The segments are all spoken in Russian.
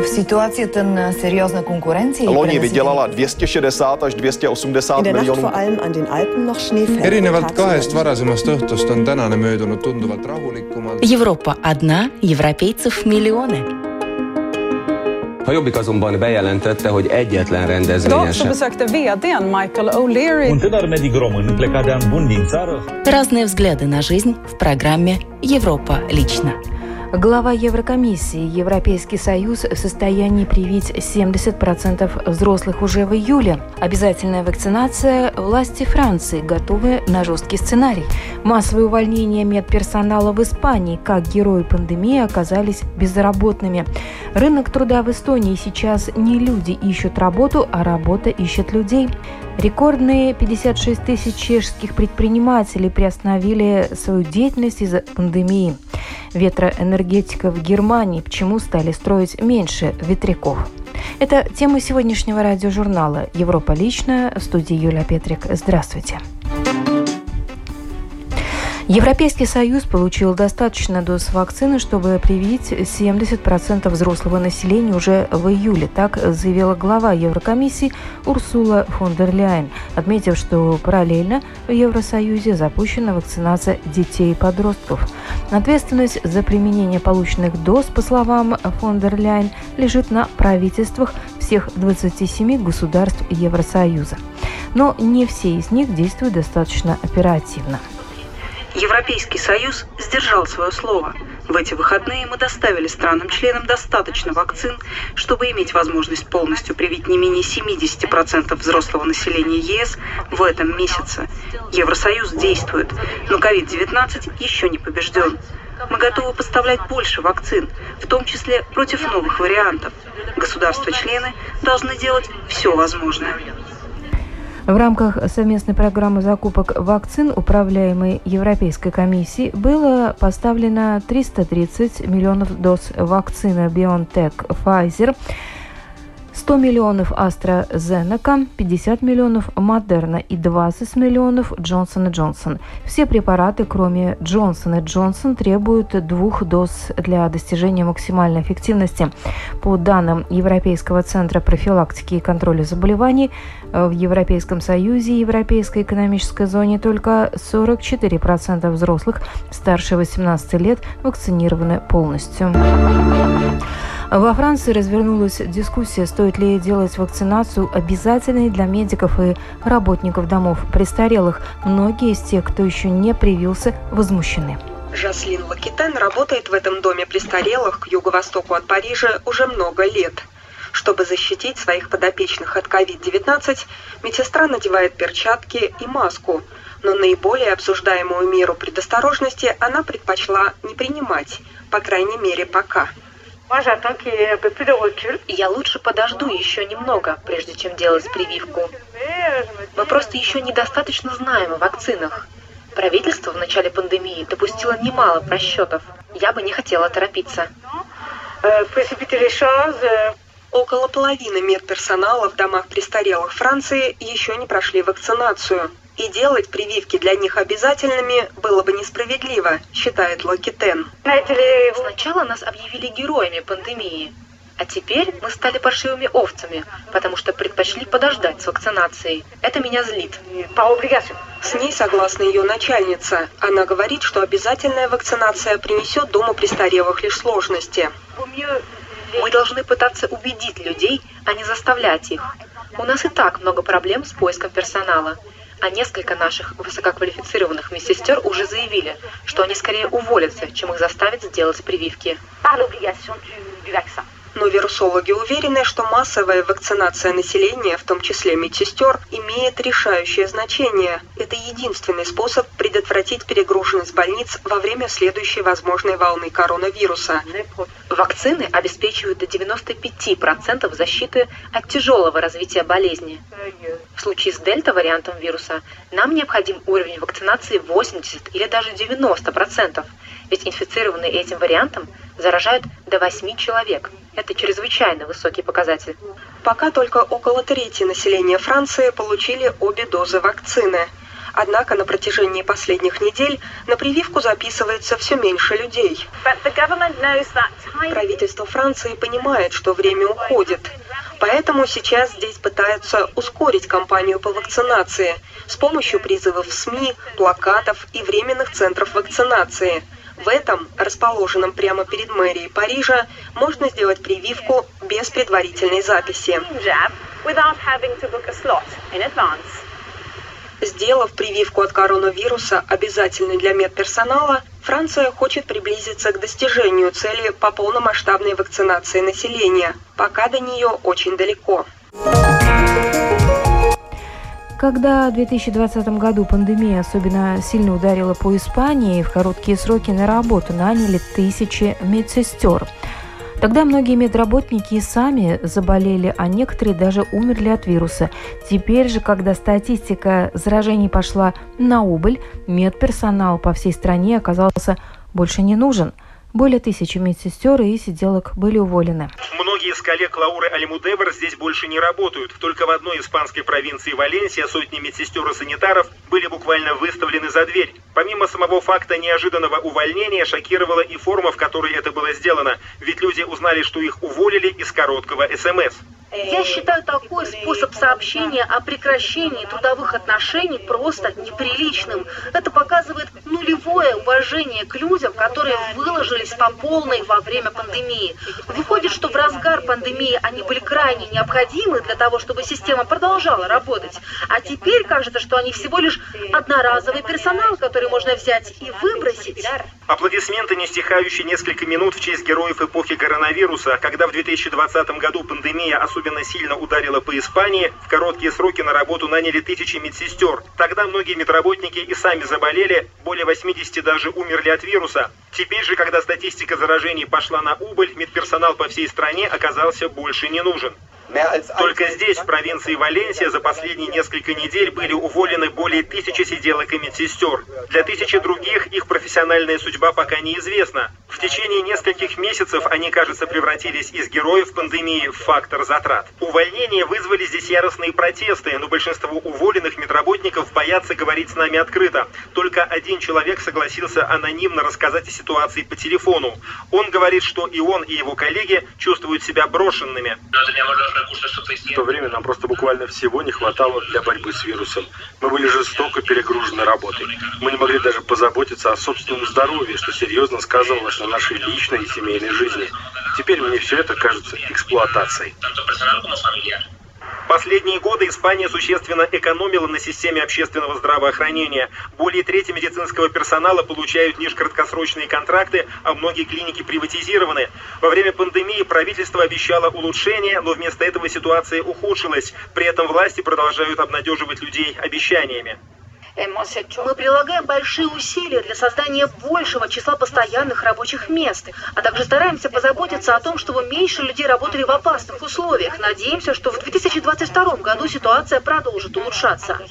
Situaci ten seriózna konkurenci. Loni vydělala 260 až 280 miljonů. Erinevalt kahest varasemast õhtust on tänane möödunud tunduvalt rahulikumalt. Европа одна, европейцев миллионы. A Jobbik azonban bejelentette, hogy egyetlen rendezvényen sem. Besökte VD:n Michael O'Leary. Un tânăr medic român plecat de an bun din țară. Разные взгляды на жизнь в программе «Европа лично». Глава Еврокомиссии: Европейский Союз в состоянии привить 70% взрослых уже в июле. Обязательная вакцинация. Власти Франции готовы на жесткий сценарий. Массовое увольнение медперсонала в Испании. Как герои пандемии оказались безработными. Рынок труда в Эстонии. Сейчас не люди ищут работу, а работа ищет людей. Рекордные 56 тысяч чешских предпринимателей приостановили свою деятельность из-за пандемии. Ветроэнергетика в Германии. Почему стали строить меньше ветряков? Это тема сегодняшнего радиожурнала «Европа лично». В студии Юлия Петрик. Здравствуйте. Европейский Союз получил достаточно доз вакцины, чтобы привить 70% взрослого населения уже в июле. Так заявила глава Еврокомиссии Урсула фон дер Ляйен, отметив, что параллельно в Евросоюзе запущена вакцинация детей и подростков. Ответственность за применение полученных доз, по словам фон дер Ляйен, лежит на правительствах всех 27 государств Евросоюза. Но не все из них действуют достаточно оперативно. Европейский Союз сдержал свое слово. В эти выходные мы доставили странам-членам достаточно вакцин, чтобы иметь возможность полностью привить не менее 70% взрослого населения ЕС в этом месяце. Евросоюз действует, но COVID-19 еще не побежден. Мы готовы поставлять больше вакцин, в том числе против новых вариантов. Государства-члены должны делать все возможное. В рамках совместной программы закупок вакцин, управляемой Европейской комиссией, было поставлено 330 миллионов доз вакцины BioNTech Pfizer, 100 миллионов AstraZeneca, 50 миллионов Moderna и 20 миллионов Johnson & Johnson. Все препараты, кроме Johnson & Johnson, требуют 2 доз для достижения максимальной эффективности. По данным Европейского центра профилактики и контроля заболеваний, в Европейском Союзе и Европейской экономической зоне только 44% взрослых старше 18 лет вакцинированы полностью. Во Франции развернулась дискуссия, стоит ли делать вакцинацию обязательной для медиков и работников домов престарелых. Многие из тех, кто еще не привился, возмущены. Жаслин Лакитен работает в этом доме престарелых к юго-востоку от Парижа уже много лет. Чтобы защитить своих подопечных от COVID-19, медсестра надевает перчатки и маску. Но наиболее обсуждаемую меру предосторожности она предпочла не принимать, по крайней мере пока. Я лучше подожду еще немного, прежде чем делать прививку. Мы просто еще недостаточно знаем о вакцинах. Правительство в начале пандемии допустило немало просчетов. Я бы не хотела торопиться. Около половины медперсонала в домах престарелых Франции еще не прошли вакцинацию. И делать прививки для них обязательными было бы несправедливо, считает Лакитен. Сначала нас объявили героями пандемии, а теперь мы стали паршивыми овцами, потому что предпочли подождать с вакцинацией. Это меня злит. С ней согласна ее начальница. Она говорит, что обязательная вакцинация принесет дому престарелых лишь сложности. Мы должны пытаться убедить людей, а не заставлять их. У нас и так много проблем с поиском персонала. А несколько наших высококвалифицированных медсестер уже заявили, что они скорее уволятся, чем их заставят сделать прививки. Но вирусологи уверены, что массовая вакцинация населения, в том числе медсестер, имеет решающее значение. Это единственный способ предотвратить перегруженность больниц во время следующей возможной волны коронавируса. Вакцины обеспечивают до 95% защиты от тяжелого развития болезни. В случае с дельта-вариантом вируса нам необходим уровень вакцинации 80 или даже 90%, ведь инфицированные этим вариантом заражают до 8 человек. Это чрезвычайно высокий показатель. Пока только около трети населения Франции получили обе дозы вакцины. Однако на протяжении последних недель на прививку записывается все меньше людей. Правительство Франции понимает, что время уходит. Поэтому сейчас здесь пытаются ускорить кампанию по вакцинации с помощью призывов в СМИ, плакатов и временных центров вакцинации. В этом, расположенном прямо перед мэрией Парижа, можно сделать прививку без предварительной записи. Сделав прививку от коронавируса обязательной для медперсонала, Франция хочет приблизиться к достижению цели по полномасштабной вакцинации населения. Пока до нее очень далеко. Когда в 2020 году пандемия особенно сильно ударила по Испании, в короткие сроки на работу наняли тысячи медсестер. Тогда многие медработники и сами заболели, а некоторые даже умерли от вируса. Теперь же, когда статистика заражений пошла на убыль, медперсонал по всей стране оказался больше не нужен. Более 1000 медсестер и сиделок были уволены. Многие из коллег Лауры Альмудевар здесь больше не работают. Только в одной испанской провинции Валенсия сотни медсестер и санитаров были буквально выставлены за дверь. Помимо самого факта неожиданного увольнения, шокировала и форма, в которой это было сделано. Ведь люди узнали, что их уволили из короткого СМС. Я считаю такой способ сообщения о прекращении трудовых отношений просто неприличным. Это показывает нулевое уважение к людям, которые выложились по полной во время пандемии. Выходит, что в разгар пандемии они были крайне необходимы для того, чтобы система продолжала работать. А теперь кажется, что они всего лишь одноразовый персонал, который можно взять и выбросить. Аплодисменты, не стихающие несколько минут в честь героев эпохи коронавируса, когда в 2020 году пандемия особенно сильно ударила по Испании, в короткие сроки на работу наняли тысячи медсестер. Тогда многие медработники и сами заболели, более 80 даже умерли от вируса. Теперь же, когда статистика заражений пошла на убыль, медперсонал по всей стране оказался больше не нужен. Только здесь, в провинции Валенсия, за последние несколько недель были уволены более 1000 сиделок и медсестер. Для 1000 других их профессиональная судьба пока неизвестна. В течение нескольких месяцев они, кажется, превратились из героев пандемии в фактор затрат. Увольнения вызвали здесь яростные протесты, но большинство уволенных медработников боятся говорить с нами открыто. Только один человек согласился анонимно рассказать о ситуации по телефону. Он говорит, что и он, и его коллеги чувствуют себя брошенными. В то время нам просто буквально всего не хватало для борьбы с вирусом. Мы были жестоко перегружены работой. Мы не могли даже позаботиться о собственном здоровье, что серьезно сказывалось на нашей личной и семейной жизни. Теперь мне все это кажется эксплуатацией. Последние годы Испания существенно экономила на системе общественного здравоохранения. Более трети медицинского персонала получают лишь краткосрочные контракты, а многие клиники приватизированы. Во время пандемии правительство обещало улучшение, но вместо этого ситуация ухудшилась. При этом власти продолжают обнадеживать людей обещаниями. Мы прилагаем большие усилия для создания большего числа постоянных рабочих мест, а также стараемся позаботиться о том, чтобы меньше людей работали в опасных условиях. Надеемся, что в 2022 году ситуация продолжит улучшаться.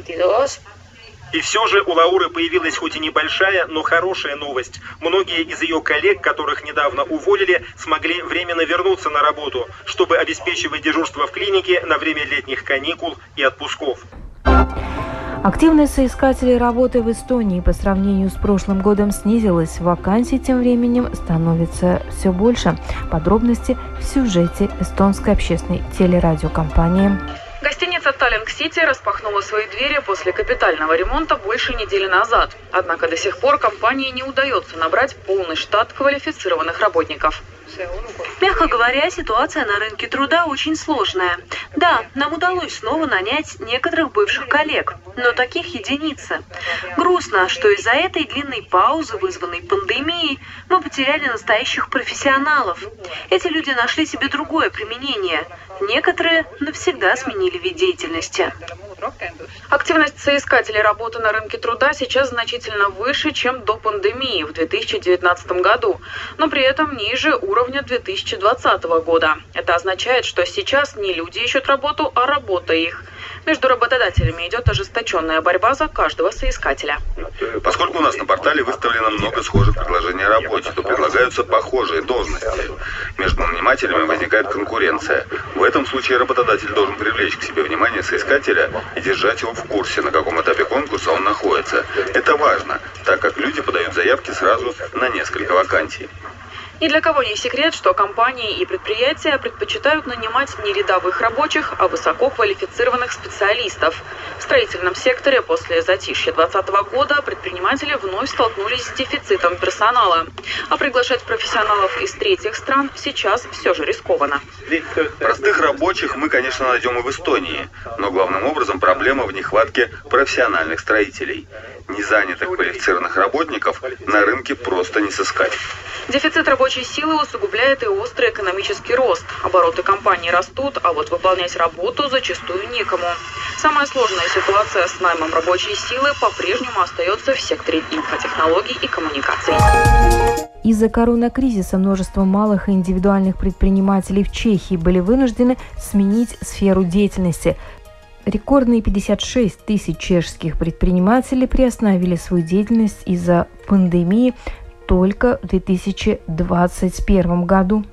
И все же у Лауры появилась хоть и небольшая, но хорошая новость. Многие из ее коллег, которых недавно уволили, смогли временно вернуться на работу, чтобы обеспечивать дежурство в клинике на время летних каникул и отпусков. Активность соискателей работы в Эстонии по сравнению с прошлым годом снизилась. Вакансий тем временем становится все больше. Подробности в сюжете эстонской общественной телерадиокомпании. Гостиница «Таллинг-Сити» распахнула свои двери после капитального ремонта больше недели назад. Однако до сих пор компании не удается набрать полный штат квалифицированных работников. Мягко говоря, ситуация на рынке труда очень сложная. Да, нам удалось снова нанять некоторых бывших коллег, но таких единицы. Грустно, что из-за этой длинной паузы, вызванной пандемией, мы потеряли настоящих профессионалов. Эти люди нашли себе другое применение. Некоторые навсегда сменили вид деятельности. Активность соискателей работы на рынке труда сейчас значительно выше, чем до пандемии в 2019 году, но при этом ниже уровня 2020 года. Это означает, что сейчас не люди ищут работу, а работа их. Между работодателями идет ожесточенная борьба за каждого соискателя. Поскольку у нас на портале выставлено много схожих предложений о работе, то предлагаю предлагаются похожие должности. Между нанимателями возникает конкуренция. В этом случае работодатель должен привлечь к себе внимание соискателя и держать его в курсе, на каком этапе конкурса он находится. Это важно, так как люди подают заявки сразу на несколько вакансий. Ни для кого не секрет, что компании и предприятия предпочитают нанимать не рядовых рабочих, а высококвалифицированных специалистов. В строительном секторе после затишья 2020 года предприниматели вновь столкнулись с дефицитом персонала. А приглашать профессионалов из третьих стран сейчас все же рискованно. Простых рабочих мы, конечно, найдем и в Эстонии, но главным образом проблема в нехватке профессиональных строителей. Незанятых квалифицированных работников на рынке просто не сыскать. Дефицит рабочей силы усугубляет и острый экономический рост. Обороты компаний растут, а вот выполнять работу зачастую некому. Самая сложная ситуация с наймом рабочей силы по-прежнему остается в секторе инфотехнологий и коммуникаций. Из-за коронакризиса множество малых и индивидуальных предпринимателей в Чехии были вынуждены сменить сферу деятельности. Рекордные 56 тысяч чешских предпринимателей приостановили свою деятельность из-за пандемии только в 2021 году.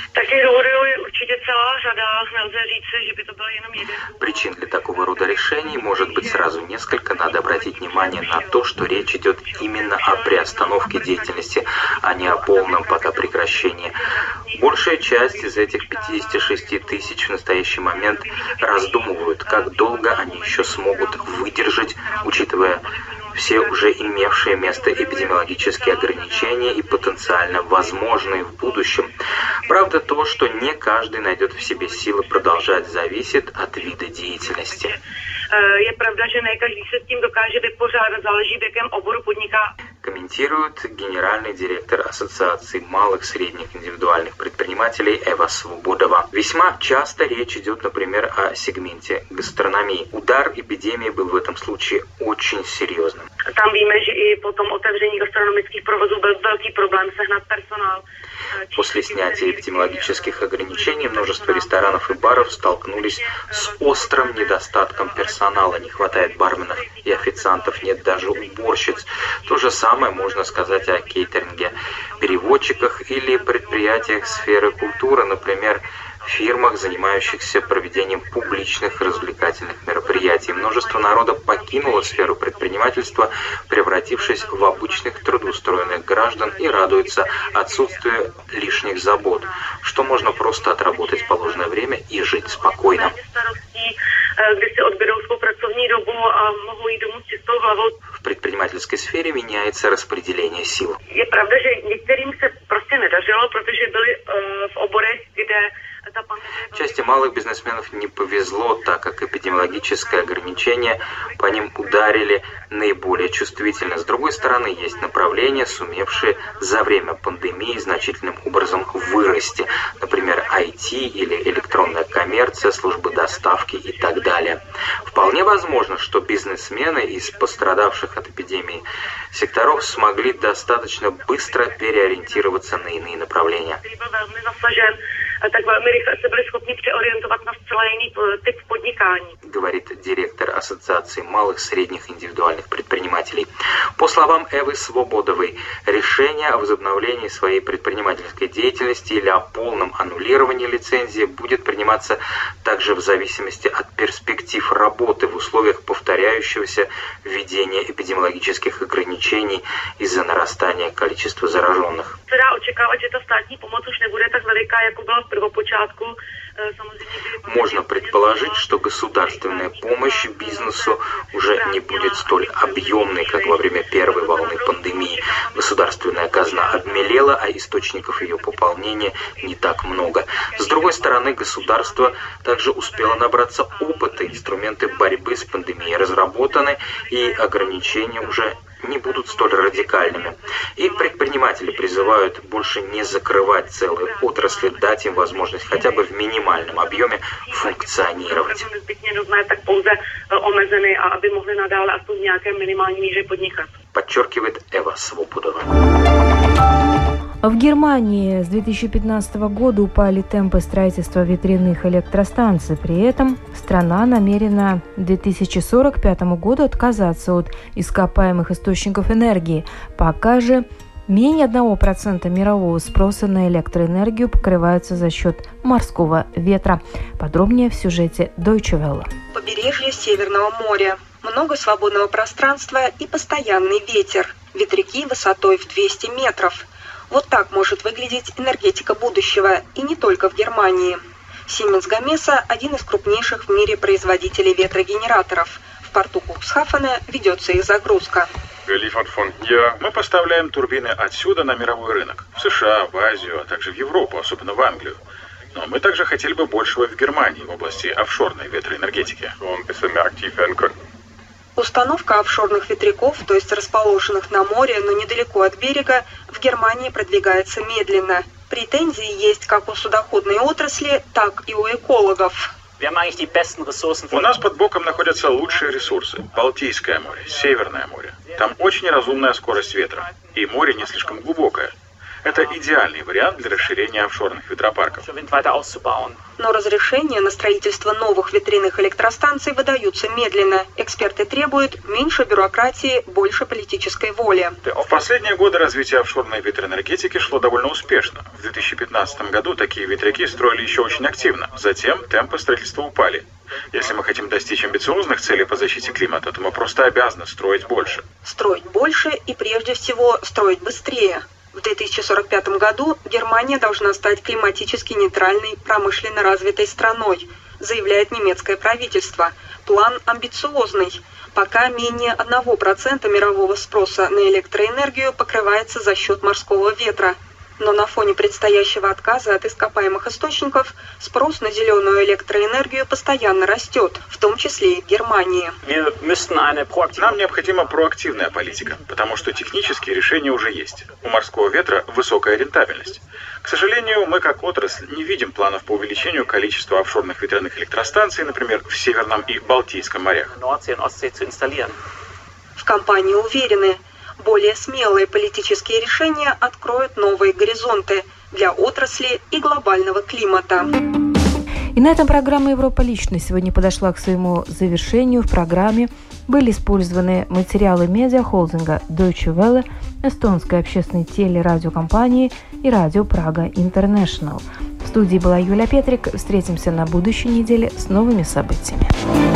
Причин для такого рода решений может быть сразу несколько. Надо обратить внимание на то, что речь идет именно о приостановке деятельности, а не о полном пока прекращении. Большая часть из этих 56 тысяч в настоящий момент раздумывают, как долго они еще смогут выдержать, учитывая все уже имевшие место эпидемиологические ограничения и потенциально возможные в будущем. Правда, то, что не каждый найдет в себе силы продолжать, зависит от вида деятельности. Комментирует генеральный директор Ассоциации малых и средних индивидуальных предпринимателей Эва Свободова. Весьма часто речь идет, например, о сегменте гастрономии. Удар эпидемии был в этом случае очень серьезным. Там víme, že i po tom otevření gastronomických provozů byl velký problém sehnat personál. После снятия эпидемиологических ограничений множество ресторанов и баров столкнулись с острым недостатком персонала. Не хватает барменов и официантов, нет даже уборщиц. То же самое можно сказать о кейтеринге, переводчиках или предприятиях сферы культуры, например, фирмах, занимающихся проведением публичных развлекательных мероприятий. Множество народа покинуло сферу предпринимательства, превратившись в обычных трудоустроенных граждан, и радуется отсутствию лишних забот, что можно просто отработать в положенное время и жить спокойно. В предпринимательской сфере меняется распределение сил. Части малых бизнесменов не повезло, так как эпидемиологическое ограничение по ним ударили наиболее чувствительно. С другой стороны, есть направления, сумевшие за время пандемии значительным образом вырасти. Например, IT или электронная коммерция, службы доставки и так далее. Вполне возможно, что бизнесмены из пострадавших от эпидемии секторов смогли достаточно быстро переориентироваться на иные направления. Говорит директор Ассоциации малых и средних индивидуальных предпринимателей. По словам Эвы Свободовой, решение о возобновлении своей предпринимательской деятельности или о полном аннулировании лицензии будет приниматься также в зависимости от перспектив работы в условиях повторяющегося введения эпидемиологических ограничений из-за нарастания количества зараженных. Можно предположить, что государственная помощь бизнесу уже не будет столь объемной, как во время первой волны пандемии. Государственная казна обмелела, а источников ее пополнения не так много. С другой стороны, государство также успело набраться опыта, инструменты борьбы с пандемией разработаны, и ограничения уже не будут столь радикальными. И предприниматели призывают больше не закрывать целые отрасли, дать им возможность хотя бы в минимальном объеме функционировать. Подчеркивает Эва Свободова. В Германии с 2015 года упали темпы строительства ветряных электростанций. При этом страна намерена к 2045 году отказаться от ископаемых источников энергии. Пока же Менее 1% мирового спроса на электроэнергию покрывается за счет морского ветра. Подробнее в сюжете Deutsche Welle. Побережье Северного моря. Много свободного пространства и постоянный ветер. Ветряки высотой в 200 метров. Вот так может выглядеть энергетика будущего, и не только в Германии. Siemens Gamesa – один из крупнейших в мире производителей ветрогенераторов. В порту Куксхафена ведется их загрузка. Мы поставляем турбины отсюда на мировой рынок. В США, в Азию, а также в Европу, особенно в Англию. Но мы также хотели бы большего в Германии в области офшорной ветроэнергетики. Установка офшорных ветряков, то есть расположенных на море, но недалеко от берега, в Германии продвигается медленно. Претензии есть как у судоходной отрасли, так и у экологов. У нас под боком находятся лучшие ресурсы. Балтийское море, Северное море. Там очень разумная скорость ветра. И море не слишком глубокое. Это идеальный вариант для расширения офшорных ветропарков. Но разрешения на строительство новых ветряных электростанций выдаются медленно. Эксперты требуют меньше бюрократии, больше политической воли. В последние годы развитие офшорной ветроэнергетики шло довольно успешно. В 2015 году такие ветряки строили еще очень активно. Затем темпы строительства упали. Если мы хотим достичь амбициозных целей по защите климата, то мы просто обязаны строить больше. Строить больше и прежде всего строить быстрее. В 2045 году Германия должна стать климатически нейтральной, промышленно развитой страной, заявляет немецкое правительство. План амбициозный. Пока менее 1% мирового спроса на электроэнергию покрывается за счет морского ветра. Но на фоне предстоящего отказа от ископаемых источников спрос на зеленую электроэнергию постоянно растет, в том числе и в Германии. Нам необходима проактивная политика, потому что технические решения уже есть. У морского ветра высокая рентабельность. К сожалению, мы как отрасль не видим планов по увеличению количества офшорных ветряных электростанций, например, в Северном и Балтийском морях. В компании уверены, более смелые политические решения откроют новые горизонты для отрасли и глобального климата. И на этом программа «Европа лично» сегодня подошла к своему завершению. В программе были использованы материалы медиахолдинга Deutsche Welle, эстонской общественной телерадиокомпании и радио Прага Интернешнл. В студии была Юлия Петрик. Встретимся на будущей неделе с новыми событиями.